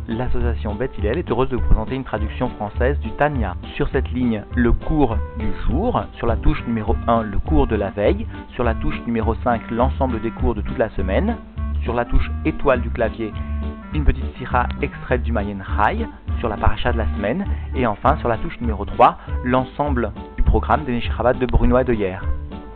l'association Beth Hillel est heureuse de vous présenter une traduction française du Tanya. Sur cette ligne, le cours du jour, sur la touche numéro 1, le cours de la veille, sur la touche numéro 5, l'ensemble des cours de toute la semaine, sur la touche étoile du clavier, une petite sira extraite du Mayen Chai, sur la paracha de la semaine, et enfin sur la touche numéro 3, l'ensemble du programme des Neshachabat de Bruno et de hier.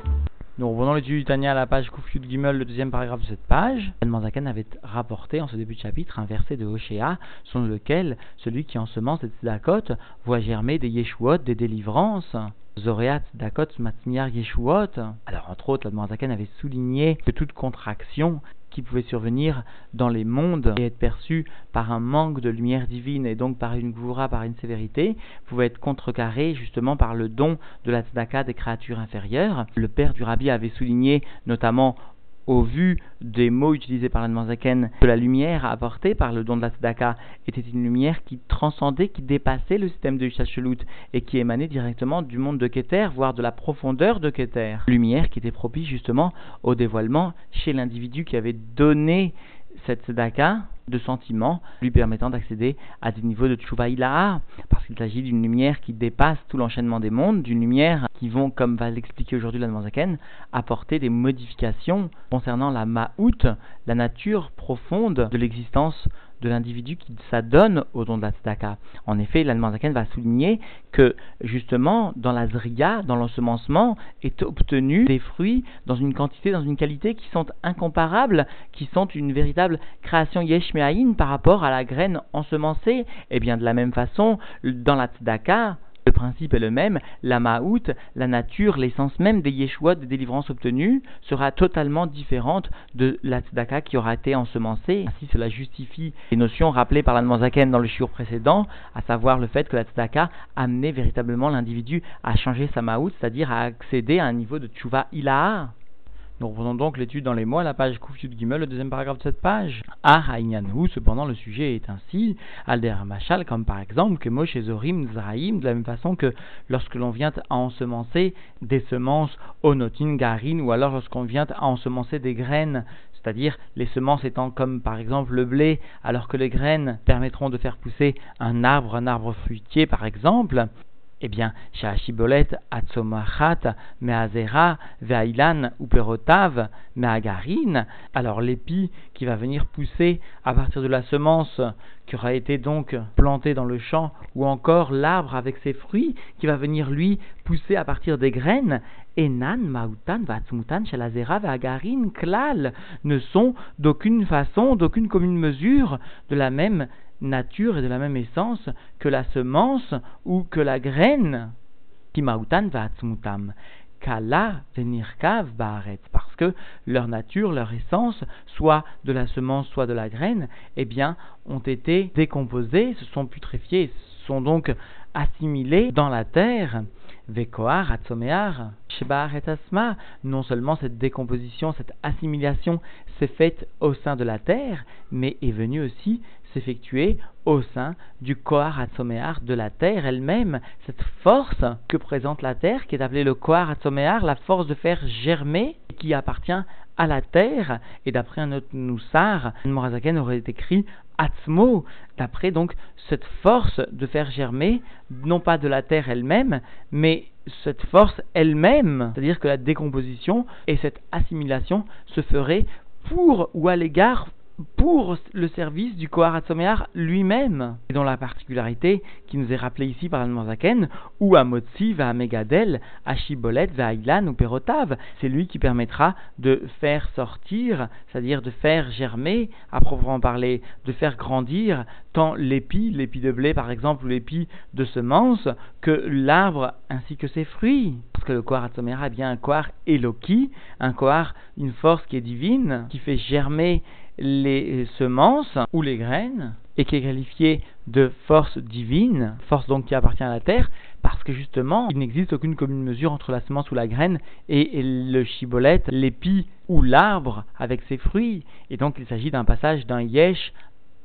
Nous revenons l'étude du Tanya à la page Kouf Yud Gimel, le deuxième paragraphe de cette page. Admon Zaken avait rapporté en ce début de chapitre un verset de Hoshea, selon lequel celui qui ensemence des tzedakot voit germer des yeshuot, des délivrances. Zoreat Dakot Matzmiar Yeshuot. Alors entre autres, Admon Zaken avait souligné que toute contraction qui pouvait survenir dans les mondes et être perçue par un manque de lumière divine et donc par une gvoura, par une sévérité, pouvait être contrecarrée justement par le don de la tzedaka des créatures inférieures. Le père du Rabbi avait souligné notamment au vu des mots utilisés par l'Admon Zaken, que la lumière apportée par le don de la tzedaka était une lumière qui transcendait, qui dépassait le système de Hishachelut et qui émanait directement du monde de Keter, voire de la profondeur de Keter. Lumière qui était propice justement au dévoilement chez l'individu qui avait donné cette tzedaka de sentiments lui permettant d'accéder à des niveaux de Tshuva Ilaha, parce qu'il s'agit d'une lumière qui dépasse tout l'enchaînement des mondes, d'une lumière qui vont, comme va l'expliquer aujourd'hui l'Admon Zaken, apporter des modifications concernant la Ma'out, la nature profonde de l'existence de l'individu qui s'adonne au don de la tzedaka. En effet, l'Admon Zaken va souligner que, justement, dans la zriya, dans l'ensemencement, est obtenu des fruits dans une quantité, dans une qualité qui sont incomparables, qui sont une véritable création yesh me'ayin par rapport à la graine ensemencée. Et bien, de la même façon, dans la tzedaka, le principe est le même, la ma'out, la nature, l'essence même des yeshuot, des délivrances obtenues, sera totalement différente de la tzedaka qui aura été ensemencée. Ainsi, cela justifie les notions rappelées par l'Admon Zaken dans le shiur précédent, à savoir le fait que la tzedaka amenait véritablement l'individu à changer sa ma'out, c'est-à-dire à accéder à un niveau de tshuva ilaha. Nous reprenons donc l'étude dans les mots à la page Kouf Yud Gimel, le deuxième paragraphe de cette page. Ha'inyanhu, cependant le sujet est ainsi, Alder Machal, comme par exemple que Moshe Zorim Zraim, de la même façon que lorsque l'on vient à ensemencer des semences Onotin Garin, ou alors lorsqu'on vient à ensemencer des graines, c'est-à-dire les semences étant comme par exemple le blé, alors que les graines permettront de faire pousser un arbre fruitier par exemple. Eh bien, Sha'ashibolet Atzomachat Me'azera Ve'ailan Uperotav Me'agarin, alors l'épi qui va venir pousser à partir de la semence qui aura été donc plantée dans le champ, ou encore l'arbre avec ses fruits qui va venir lui pousser à partir des graines, Enan Mautan Vatzmutan Shalazera Ve'agarin Klal, ne sont d'aucune façon, d'aucune commune mesure de la même nature et de la même essence que la semence ou que la graine, Kimautan va'atzmutam, kala venirkav ba'aretz, parce que leur nature, leur essence, soit de la semence, soit de la graine, eh bien, ont été décomposées, se sont putréfiées, sont donc assimilées dans la terre. Vekoar atzomear shebar et asma. Non seulement cette décomposition, cette assimilation s'est faite au sein de la terre, mais est venue aussi s'effectuer au sein du Kohar Hatzomear, de la terre elle-même, cette force que présente la terre, qui est appelée le Kohar Hatzomear, la force de faire germer, qui appartient à la terre. Et d'après un autre Noussar, Morazaken aurait écrit Atzmo, d'après donc cette force de faire germer, non pas de la terre elle-même, mais cette force elle-même, c'est-à-dire que la décomposition et cette assimilation se feraient pour ou à l'égard pour le service du Kohar Hatzomear lui-même, et dont la particularité qui nous est rappelée ici par l'Admon Zaken, ou à Motzi, va à Megadel, à Shibolet, va à Ilan ou Perotav, c'est lui qui permettra de faire sortir, c'est-à-dire de faire germer, à proprement parler, de faire grandir, tant l'épi de blé par exemple, ou l'épi de semence, que l'arbre ainsi que ses fruits. Parce que le Kohar Hatzomear est bien un Kohar Eloki, un Kohar, une force qui est divine, qui fait germer les semences ou les graines, et qui est qualifié de force divine, force donc qui appartient à la terre, parce que justement, il n'existe aucune commune mesure entre la semence ou la graine et le shibolet, l'épi ou l'arbre avec ses fruits, et donc il s'agit d'un passage d'un yesh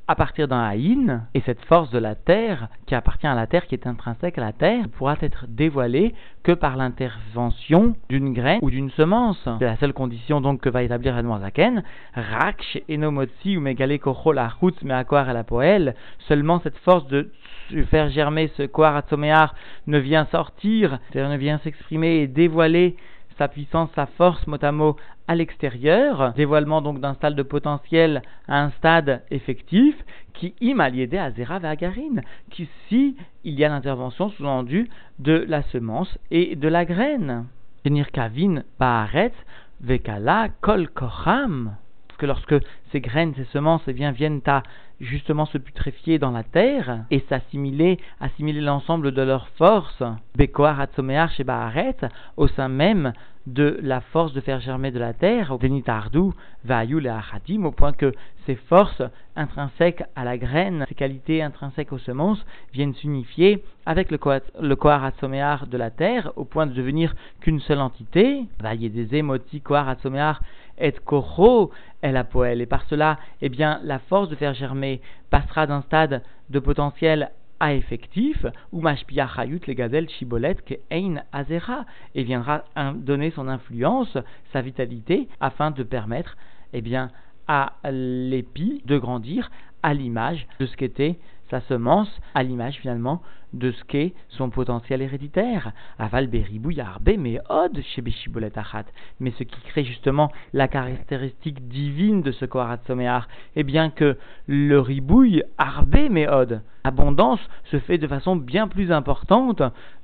à partir d'un haïn, et cette force de la terre, qui appartient à la terre, qui est intrinsèque à la terre, pourra être dévoilée que par l'intervention d'une graine ou d'une semence. C'est la seule condition donc que va établir Admor Zaken. Rak enomotzi ou megale kochol achutz me'akoar el apoel. Seulement cette force de faire germer ce koar atzomear ne vient sortir, c'est-à-dire ne vient s'exprimer et dévoiler sa puissance, sa force, mot à mot, à l'extérieur, dévoilement donc d'un stade de potentiel à un stade effectif, qui imaliédé à Zera Vagarine, qui si il y a l'intervention sous-entendue de la semence et de la graine. Tenir Kavin Baaret Vekala Kol Kocham. Parce que lorsque ces graines, ces semences, eh bien, viennent à justement se putréfier dans la terre et assimiler l'ensemble de leur force, Bekoar Hatzomear chez Baaret, au sein même de la force de faire germer de la terre, Venitardu, Vayul et Achadim, au point que ces forces intrinsèques à la graine, ces qualités intrinsèques aux semences, viennent s'unifier avec le Koar Hatzomear de la terre, au point de devenir qu'une seule entité, Vayedeze Moti Koar Hatzomear et Kocho El Apoel. Et par cela, eh bien, la force de faire germer passera d'un stade de potentiel à effectif, ou Mashpia Chayut Legadel Shibolet Ke Ein Azera, et viendra donner son influence, sa vitalité, afin de permettre, eh bien, à l'épi de grandir à l'image de ce qu'était sa semence, à l'image finalement de ce qu'est son potentiel héréditaire. Aval beribou yarbe meod chez Beshibolet achat. Mais ce qui crée justement la caractéristique divine de ce Koharat Somear, eh bien que le ribouille arbe meod, abondance, se fait de façon bien plus importante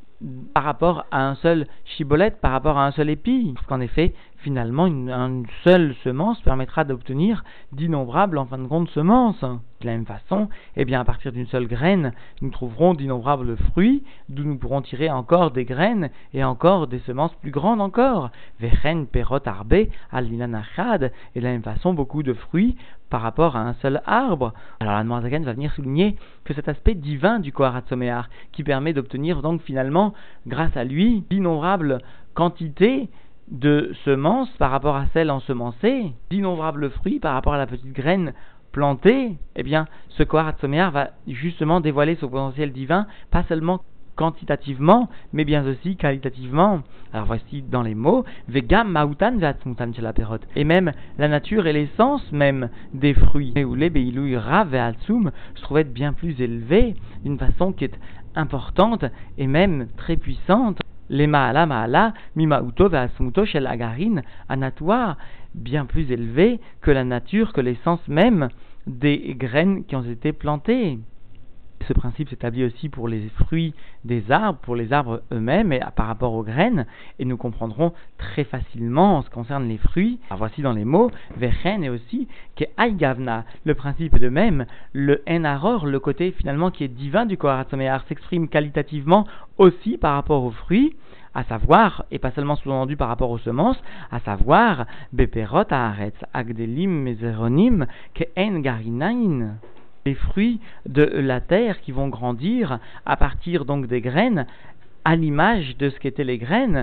par rapport à un seul chibolet, par rapport à un seul épi. Parce qu'en effet, finalement, une seule semence permettra d'obtenir d'innombrables, en fin de compte, semences. De la même façon, eh bien, à partir d'une seule graine, nous trouverons d'innombrables fruits, d'où nous pourrons tirer encore des graines et encore des semences plus grandes encore. Vechen perot arbe al-linanachad, et de la même façon, beaucoup de fruits par rapport à un seul arbre. Alors la Admor Zaken va venir souligner que cet aspect divin du Koharat Somear, qui permet d'obtenir donc finalement, grâce à lui, d'innombrables quantités de semences par rapport à celles ensemencées, d'innombrables fruits par rapport à la petite graine plantée, eh bien, ce Koharat Somear va justement dévoiler son potentiel divin, pas seulement quantitativement, mais bien aussi qualitativement. Alors voici dans les mots, Vegam Mautan Veatzmutan chez la perote. Et même la nature et l'essence même des fruits, Meoulé Beilui Rav Veatzum, se trouvent être bien plus élevés, d'une façon qui est importante et même très puissante. Les Maala, Mimauto Veatzmuto Shel Agarin, Anatoire, bien plus élevé que la nature, que l'essence même des graines qui ont été plantées. Ce principe s'établit aussi pour les fruits des arbres, pour les arbres eux-mêmes et par rapport aux graines, et nous comprendrons très facilement en ce qui concerne les fruits. Alors voici dans les mots, Vechen et aussi que Aïgavna, le principe est de même, le Enaror, le côté finalement qui est divin du Koharat Somear, s'exprime qualitativement aussi par rapport aux fruits, à savoir, et pas seulement sous-entendu par rapport aux semences, à savoir, Beperot Haaretz, Agdelim Mezeronim, que En Garinain. Les fruits de la terre qui vont grandir à partir donc des graines, à l'image de ce qu'étaient les graines,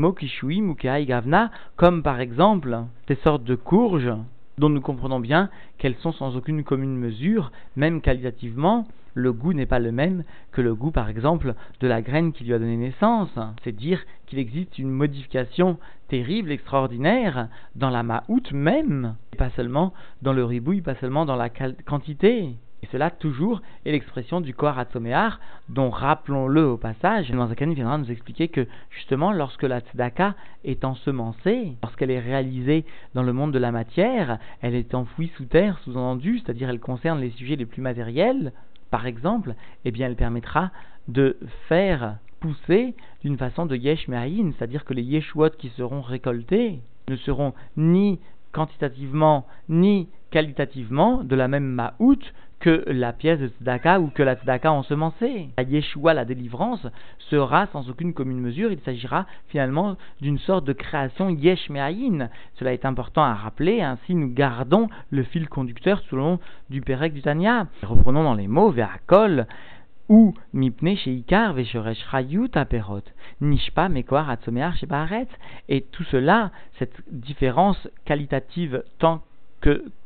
comme par exemple des sortes de courges, dont nous comprenons bien qu'elles sont sans aucune commune mesure, même qualitativement, le goût n'est pas le même que le goût par exemple de la graine qui lui a donné naissance. C'est dire qu'il existe une modification terrible, extraordinaire, dans la ma'out même, et pas seulement dans le ribouille, pas seulement dans la quantité. Et cela toujours est l'expression du Koharat Somear, dont rappelons-le au passage, Admor Zaken viendra nous expliquer que justement lorsque la tzedaka est ensemencée, lorsqu'elle est réalisée dans le monde de la matière, elle est enfouie sous terre, sous-entendu, c'est-à-dire elle concerne les sujets les plus matériels, par exemple, eh bien elle permettra de faire pousser d'une façon de yesh me'ayin, c'est-à-dire que les yeshuot qui seront récoltés ne seront ni quantitativement ni qualitativement de la même ma'out que la pièce de tzedaka ou que la tzedaka ensemencée. La Yeshua, la délivrance, sera sans aucune commune mesure. Il s'agira finalement d'une sorte de création yesh me'ayin. Cela est important à rappeler, ainsi nous gardons le fil conducteur tout le long du Pérec du Tanya. Reprenons dans les mots ve'akol ou mipne sheikar ve'shoresh chayut aperot nishpa mekoar atzomear shebaaretz. Et tout cela, cette différence qualitative tant que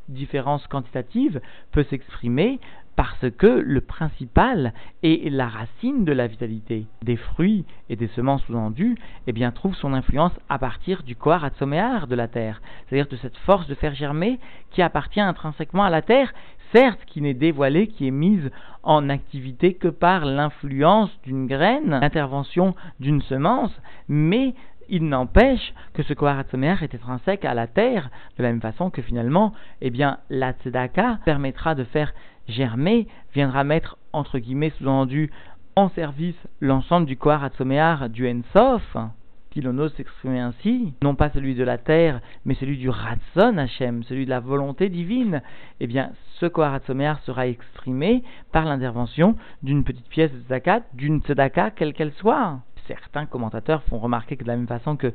différence quantitative peut s'exprimer parce que le principal est la racine de la vitalité des fruits et des semences sous-entendues, trouve son influence à partir du Kohar Hatzomear de la terre, c'est-à-dire de cette force de faire germer qui appartient intrinsèquement à la terre, certes qui n'est dévoilée, qui est mise en activité que par l'influence d'une graine, l'intervention d'une semence, mais il n'empêche que ce Kohar Hatzomear est intrinsèque à la terre, de la même façon que finalement, la tzedaka permettra de faire germer, viendra mettre, entre guillemets, sous-entendu, en service l'ensemble du Kohar Hatzomear du Ensof, si l'on ose s'exprimer ainsi, non pas celui de la terre, mais celui du Ratzon Hashem, celui de la volonté divine, ce Kohar Hatzomear sera exprimé par l'intervention d'une petite pièce de tzedaka, d'une tzedaka quelle qu'elle soit. Certains commentateurs font remarquer que de la même façon que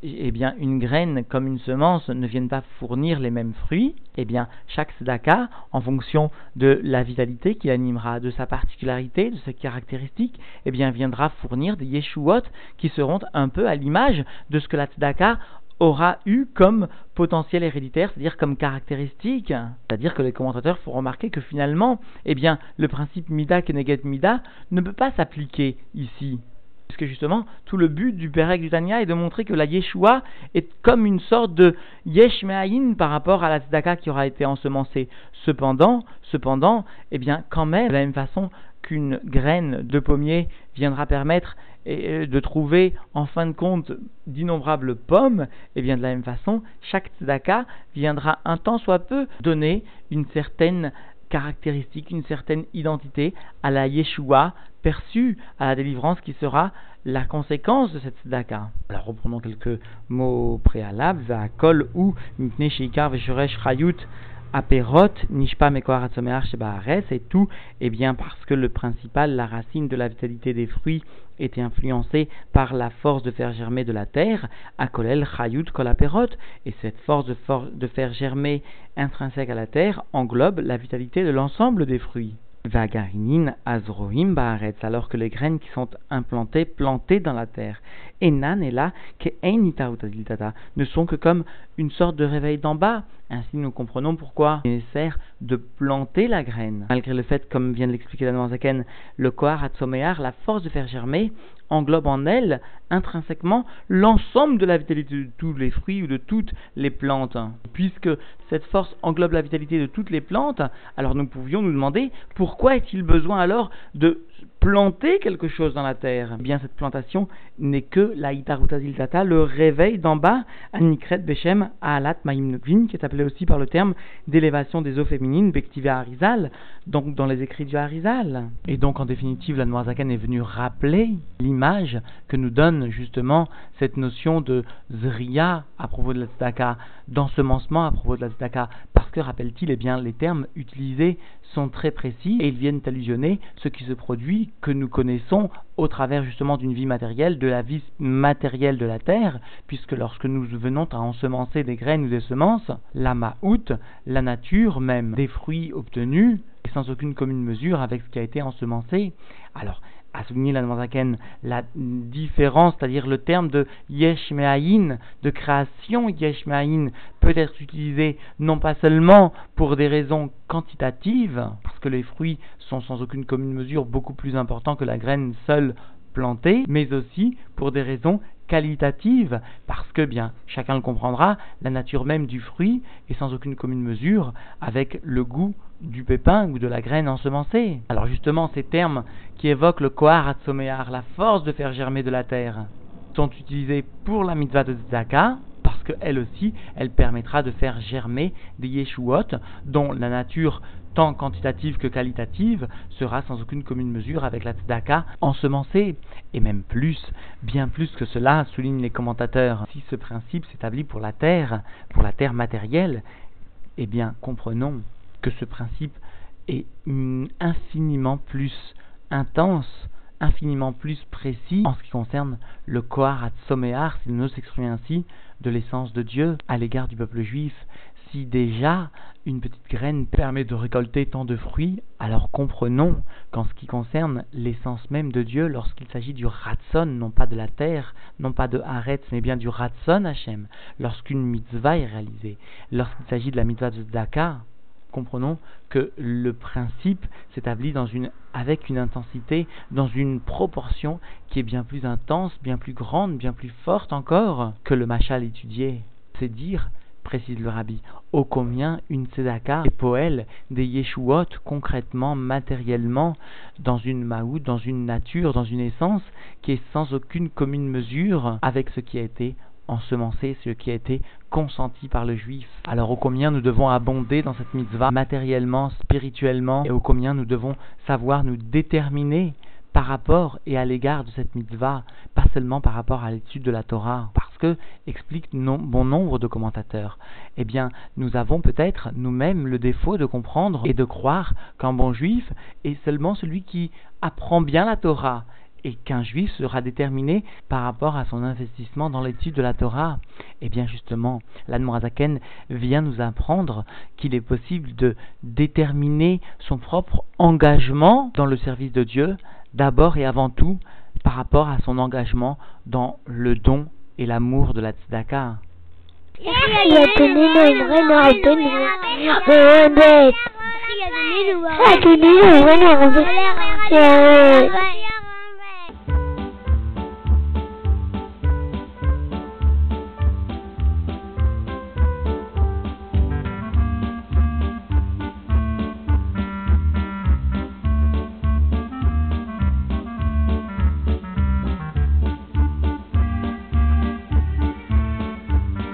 une graine comme une semence ne viennent pas fournir les mêmes fruits, chaque tzedaka, en fonction de la vitalité qui animera, de sa particularité, de ses caractéristiques, viendra fournir des yeshuot qui seront un peu à l'image de ce que la tzedaka aura eu comme potentiel héréditaire, c'est-à-dire comme caractéristique. C'est-à-dire que les commentateurs font remarquer que finalement, le principe Mida Keneged Mida ne peut pas s'appliquer ici. Parce que justement, tout le but du Perek du Tanya est de montrer que la Yeshua est comme une sorte de Yesh Me'ayin par rapport à la tzedaka qui aura été ensemencée. Cependant, quand même, de la même façon qu'une graine de pommier viendra permettre de trouver, en fin de compte, d'innombrables pommes, de la même façon, chaque tzedaka viendra un tant soit peu donner une certaine caractéristique, une certaine identité à la Yeshua perçue, à la délivrance qui sera la conséquence de cette tzedaka. Alors reprenons quelques mots préalables. Va'akol ou mipnei sheikar v'shoresh chayut aperot nishpa mekohar hatzomear sheba'aretz, et tout, parce que le principal, la racine de la vitalité des fruits était influencée par la force de faire germer de la terre, akolel chayut kol aperot, et cette force de faire germer intrinsèque à la terre englobe la vitalité de l'ensemble des fruits. Vagarinin azrohim ba'aretz, alors que les graines qui sont implantées, plantées dans la terre, enan et là que ne sont que comme une sorte de réveil d'en bas. Ainsi nous comprenons pourquoi il est nécessaire de planter la graine. Malgré le fait, comme vient de l'expliquer l'Admor Zaken, le Kohar Hatzomear, la force de faire germer, englobe en elle intrinsèquement l'ensemble de la vitalité de tous les fruits ou de toutes les plantes. Puisque cette force englobe la vitalité de toutes les plantes, alors nous pouvions nous demander pourquoi est-il besoin alors de planter quelque chose dans la terre. Cette plantation n'est que la Hitarutazil Tata, le réveil d'en bas, Anikret Beshem Ahalat Maim Nukvin, qui est appelé aussi par le terme d'élévation des eaux féminines, Bektive Harizal, donc dans les écrits du Harizal. Et donc en définitive, l'Admor Zaken est venu rappeler l'image que nous donne justement cette notion de Zriya à propos de la tzedaka, d'ensemencement à propos de la tzedaka, parce que, rappelle-t-il, les termes utilisés sont très précis et ils viennent allusionner ce qui se produit, que nous connaissons au travers justement d'une vie matérielle, de la vie matérielle de la terre, puisque lorsque nous venons à ensemencer des graines ou des semences, la ma'out, la nature même des fruits obtenus, est sans aucune commune mesure avec ce qui a été ensemencé. Alors, à souligner l'Admor Zaken, la différence, c'est-à-dire le terme de Yesh Me'ayin, de création Yesh Me'ayin, peut être utilisé non pas seulement pour des raisons quantitatives, parce que les fruits sont sans aucune commune mesure beaucoup plus importants que la graine seule plantée, mais aussi pour des raisons qualitatives, parce que, chacun le comprendra, la nature même du fruit est sans aucune commune mesure avec le goût du pépin ou de la graine ensemencée. Alors justement, ces termes qui évoquent le Kohar Hatzomear, la force de faire germer de la terre, sont utilisés pour la mitzvah de tzedaka, parce qu'elle aussi, elle permettra de faire germer des yeshuot, dont la nature tant quantitative que qualitative sera sans aucune commune mesure avec la tzedaka ensemencée, et même plus, bien plus que cela, soulignent les commentateurs. Si ce principe s'établit pour la terre matérielle, comprenons que ce principe est infiniment plus intense, infiniment plus précis en ce qui concerne le Kohar Hatzomear, si nous s'exprimer ainsi, de l'essence de Dieu à l'égard du peuple juif. Si déjà une petite graine permet de récolter tant de fruits, alors comprenons qu'en ce qui concerne l'essence même de Dieu, lorsqu'il s'agit du Ratson, non pas de la terre, non pas de Haaretz, mais bien du Ratson Hachem, lorsqu'une mitzvah est réalisée, lorsqu'il s'agit de la mitzvah de Tzedaka, comprenons que le principe s'établit avec une intensité, dans une proportion qui est bien plus intense, bien plus grande, bien plus forte encore que le machal étudié. C'est dire, précise le rabbi, ô combien une tzedaka est poël des yeshuot concrètement, matériellement, dans une maout, dans une nature, dans une essence qui est sans aucune commune mesure avec ce qui a été ensemencé, ce qui a été consenti par le juif. Alors ô combien nous devons abonder dans cette mitzvah matériellement, spirituellement, et ô combien nous devons savoir nous déterminer par rapport et à l'égard de cette mitzvah, pas seulement par rapport à l'étude de la Torah, parce que, explique bon nombre de commentateurs, eh bien, nous avons peut-être nous-mêmes le défaut de comprendre et de croire qu'un bon juif est seulement celui qui apprend bien la Torah, et qu'un juif sera déterminé par rapport à son investissement dans l'étude de la Torah. Eh bien justement, l'Admorazaken vient nous apprendre qu'il est possible de déterminer son propre engagement dans le service de Dieu, d'abord et avant tout par rapport à son engagement dans le don et l'amour de la tzedaka. Bueno,